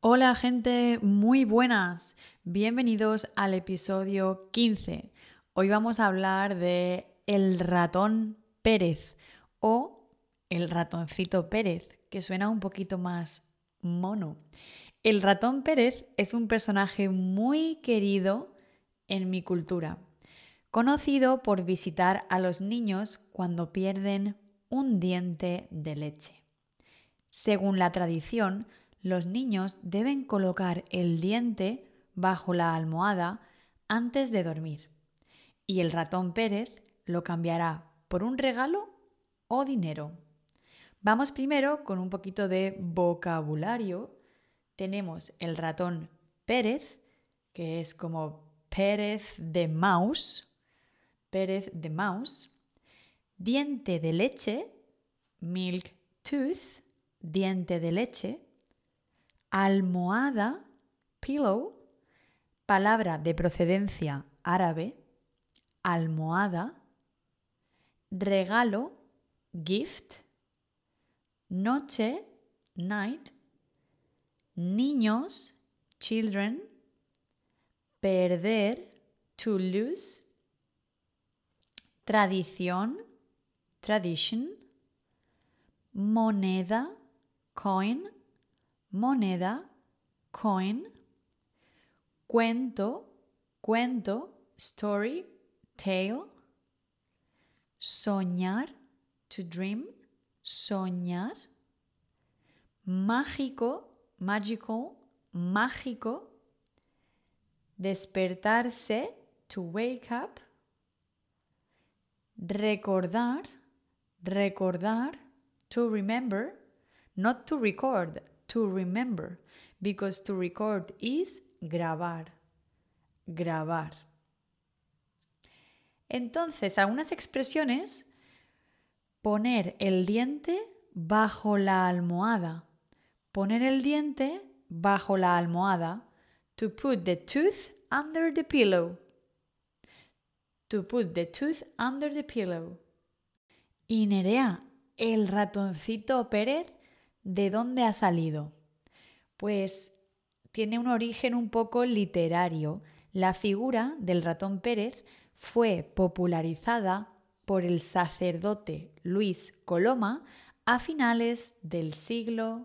Hola gente, muy buenas. Bienvenidos al episodio 15. Hoy vamos a hablar de el ratón Pérez o el ratoncito Pérez, que suena un poquito más mono. El ratón Pérez es un personaje muy querido en mi cultura, conocido por visitar a los niños cuando pierden un diente de leche. Según la tradición, los niños deben colocar el diente bajo la almohada antes de dormir y el ratón Pérez lo cambiará por un regalo o dinero. Vamos primero con un poquito de vocabulario. Tenemos el ratón Pérez, que es como Pérez de mouse, diente de leche, milk tooth, diente de leche, almohada, pillow, palabra de procedencia árabe, almohada, regalo, gift, noche, night, niños, children, perder, to lose, tradición, tradition, moneda, coin, moneda, coin, cuento, story, tale, soñar, to dream, soñar, mágico, magical, mágico, despertarse, to wake up, recordar, to remember, not to record, to remember, because to record is grabar. Entonces, algunas expresiones: poner el diente bajo la almohada. Poner el diente bajo la almohada. To put the tooth under the pillow. To put the tooth under the pillow. Y Nerea, el ratoncito Pérez, ¿de dónde ha salido? Pues tiene un origen un poco literario. La figura del ratón Pérez fue popularizada por el sacerdote Luis Coloma a finales del siglo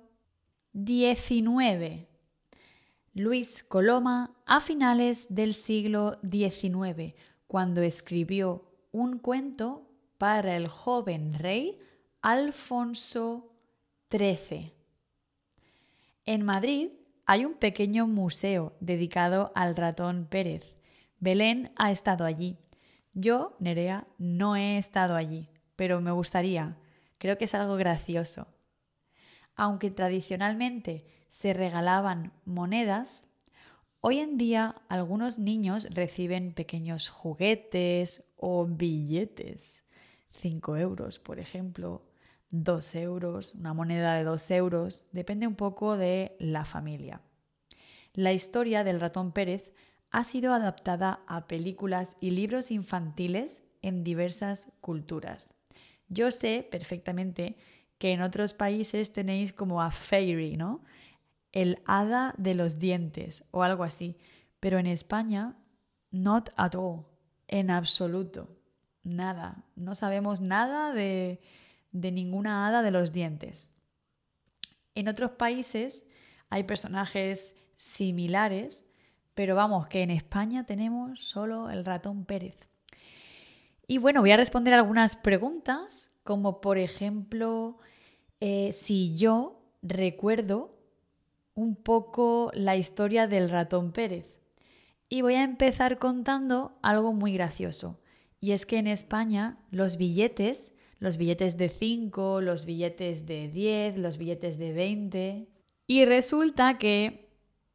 XIX. Luis Coloma a finales del siglo XIX, cuando escribió un cuento para el joven rey Alfonso XIII. En Madrid hay un pequeño museo dedicado al ratón Pérez. Belén ha estado allí. Yo, Nerea, no he estado allí, pero me gustaría. Creo que es algo gracioso. Aunque tradicionalmente se regalaban monedas, hoy en día algunos niños reciben pequeños juguetes o billetes. 5 euros, por ejemplo, 2 euros, una moneda de 2 euros, depende un poco de la familia. La historia del ratón Pérez ha sido adaptada a películas y libros infantiles en diversas culturas. Yo sé perfectamente que en otros países tenéis como a fairy, ¿no? El hada de los dientes o algo así, pero en España, not at all, en absoluto, nada, no sabemos nada de ninguna hada de los dientes. En otros países hay personajes similares, pero vamos, que en España tenemos solo el ratón Pérez. Y bueno, voy a responder algunas preguntas, como por ejemplo, si yo recuerdo un poco la historia del ratón Pérez. Y voy a empezar contando algo muy gracioso. Y es que en España los billetes de 5, los billetes de 10, los billetes de 20... Y resulta que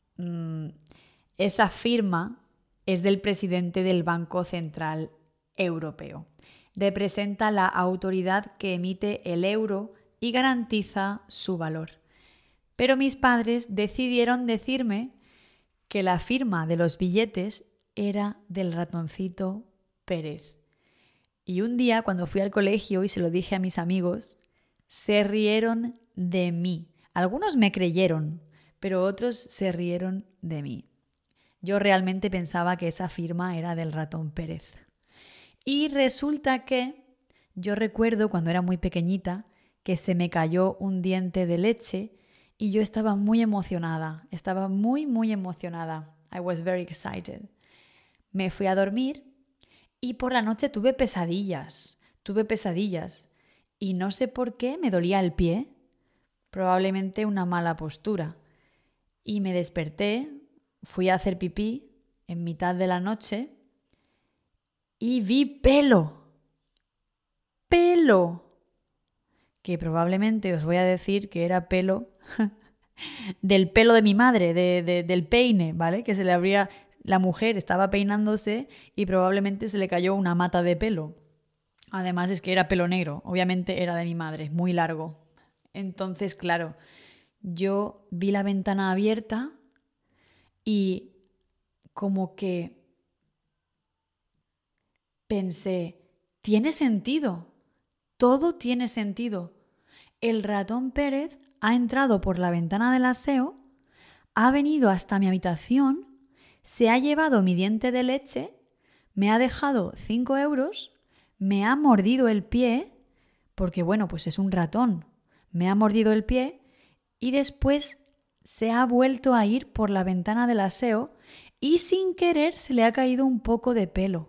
esa firma es del presidente del Banco Central Europeo. Representa la autoridad que emite el euro y garantiza su valor. Pero mis padres decidieron decirme que la firma de los billetes era del ratoncito Pérez. Y un día, cuando fui al colegio y se lo dije a mis amigos, se rieron de mí. Algunos me creyeron, pero otros se rieron de mí. Yo realmente pensaba que esa firma era del ratón Pérez. Y resulta que yo recuerdo cuando era muy pequeñita que se me cayó un diente de leche y yo estaba muy emocionada. Estaba muy, muy emocionada. I was very excited. Me fui a dormir y por la noche tuve pesadillas. Y no sé por qué me dolía el pie. Probablemente una mala postura. Y me desperté, fui a hacer pipí en mitad de la noche y vi pelo. ¡Pelo! Que probablemente os voy a decir que era pelo del pelo de mi madre, del peine, ¿vale? Que se le abría, la mujer estaba peinándose y probablemente se le cayó una mata de pelo. Además es que era pelo negro, obviamente era de mi madre, muy largo. Entonces, claro, yo vi la ventana abierta y como que pensé, tiene sentido, todo tiene sentido. El ratón Pérez ha entrado por la ventana del aseo, ha venido hasta mi habitación, se ha llevado mi diente de leche, me ha dejado 5 euros, me ha mordido el pie, porque bueno, pues es un ratón, me ha mordido el pie y después se ha vuelto a ir por la ventana del aseo y sin querer se le ha caído un poco de pelo.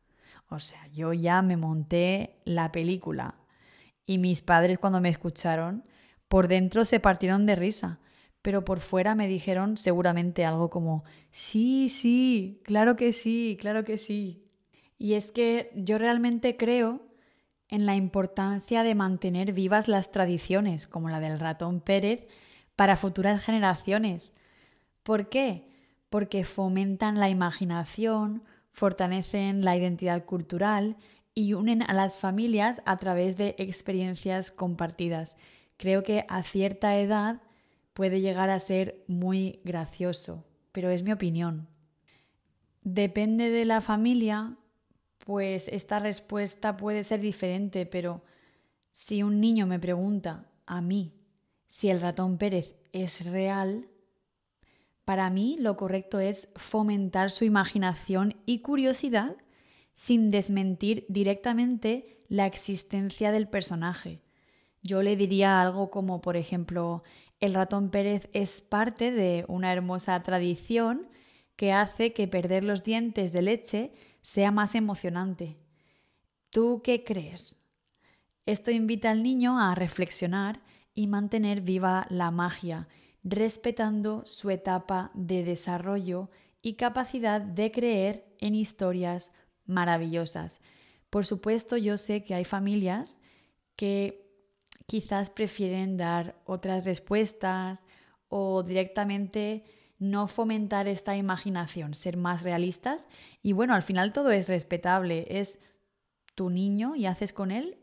O sea, yo ya me monté la película y mis padres cuando me escucharon, por dentro se partieron de risa, pero por fuera me dijeron seguramente algo como, sí, sí, claro que sí, claro que sí. Y es que yo realmente creo en la importancia de mantener vivas las tradiciones, como la del ratón Pérez, para futuras generaciones. ¿Por qué? Porque fomentan la imaginación, fortalecen la identidad cultural y unen a las familias a través de experiencias compartidas. Creo que a cierta edad puede llegar a ser muy gracioso, pero es mi opinión. Depende de la familia, pues esta respuesta puede ser diferente, pero si un niño me pregunta a mí si el ratón Pérez es real, para mí lo correcto es fomentar su imaginación y curiosidad sin desmentir directamente la existencia del personaje. Yo le diría algo como, por ejemplo, el ratón Pérez es parte de una hermosa tradición que hace que perder los dientes de leche sea más emocionante. ¿Tú qué crees? Esto invita al niño a reflexionar y mantener viva la magia, respetando su etapa de desarrollo y capacidad de creer en historias maravillosas. Por supuesto, yo sé que hay familias que quizás prefieren dar otras respuestas o directamente no fomentar esta imaginación, ser más realistas. Y bueno, al final todo es respetable, es tu niño y haces con él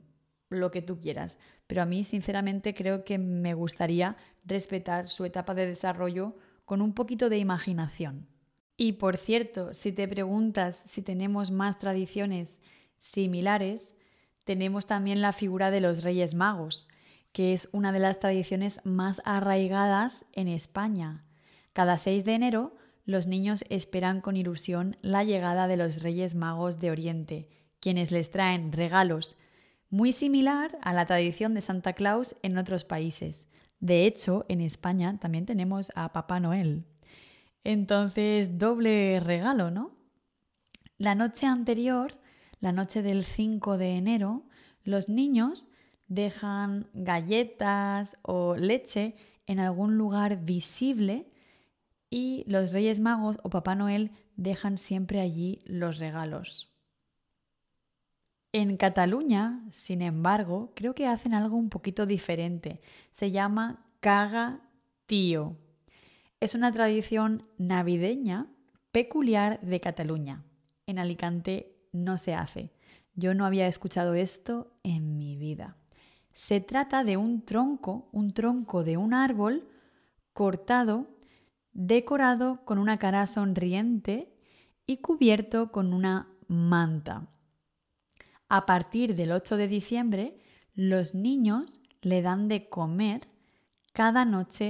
lo que tú quieras. Pero a mí, sinceramente, creo que me gustaría respetar su etapa de desarrollo con un poquito de imaginación. Y por cierto, si te preguntas si tenemos más tradiciones similares, tenemos también la figura de los Reyes Magos, que es una de las tradiciones más arraigadas en España. Cada 6 de enero, los niños esperan con ilusión la llegada de los Reyes Magos de Oriente, quienes les traen regalos, muy similar a la tradición de Santa Claus en otros países. De hecho, en España también tenemos a Papá Noel. Entonces, doble regalo, ¿no? La noche anterior, la noche del 5 de enero, los niños dejan galletas o leche en algún lugar visible y los Reyes Magos o Papá Noel dejan siempre allí los regalos. En Cataluña, sin embargo, creo que hacen algo un poquito diferente. Se llama caga tío. Es una tradición navideña peculiar de Cataluña. En Alicante no se hace. Yo no había escuchado esto en mi vida. Se trata de un tronco de un árbol cortado, decorado con una cara sonriente y cubierto con una manta. A partir del 8 de diciembre, los niños le dan de comer cada noche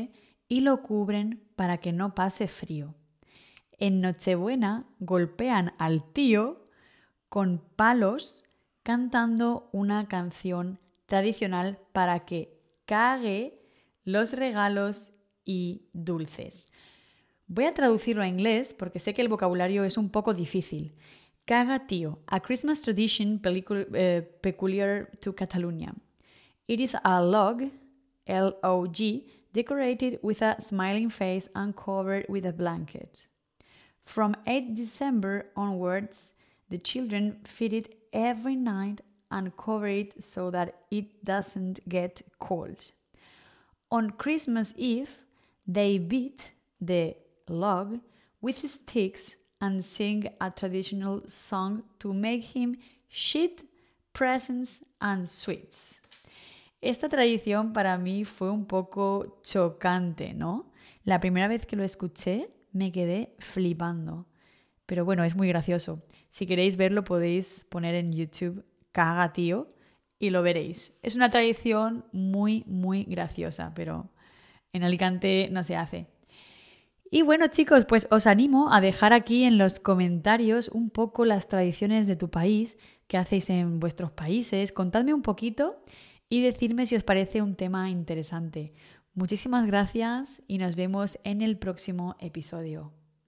y lo cubren para que no pase frío. En Nochebuena golpean al tío con palos cantando una canción tradicional para que cague los regalos y dulces. Voy a traducirlo a inglés porque sé que el vocabulario es un poco difícil. Caga tío, a Christmas tradition peculiar to Catalonia. It is a log, L-O-G, decorated with a smiling face and covered with a blanket. From 8 December onwards, the children feed it every night and cover it so that it doesn't get cold. On Christmas Eve, they beat the log with sticks and sing a traditional song to make him shit presents and sweets. Esta tradición para mí fue un poco chocante, ¿no? La primera vez que lo escuché me quedé flipando. Pero bueno, es muy gracioso. Si queréis verlo podéis poner en YouTube Caga tío y lo veréis. Es una tradición muy, muy graciosa, pero en Alicante no se hace. Y bueno, chicos, pues os animo a dejar aquí en los comentarios un poco las tradiciones de tu país, qué hacéis en vuestros países. Contadme un poquito y decidme si os parece un tema interesante. Muchísimas gracias y nos vemos en el próximo episodio.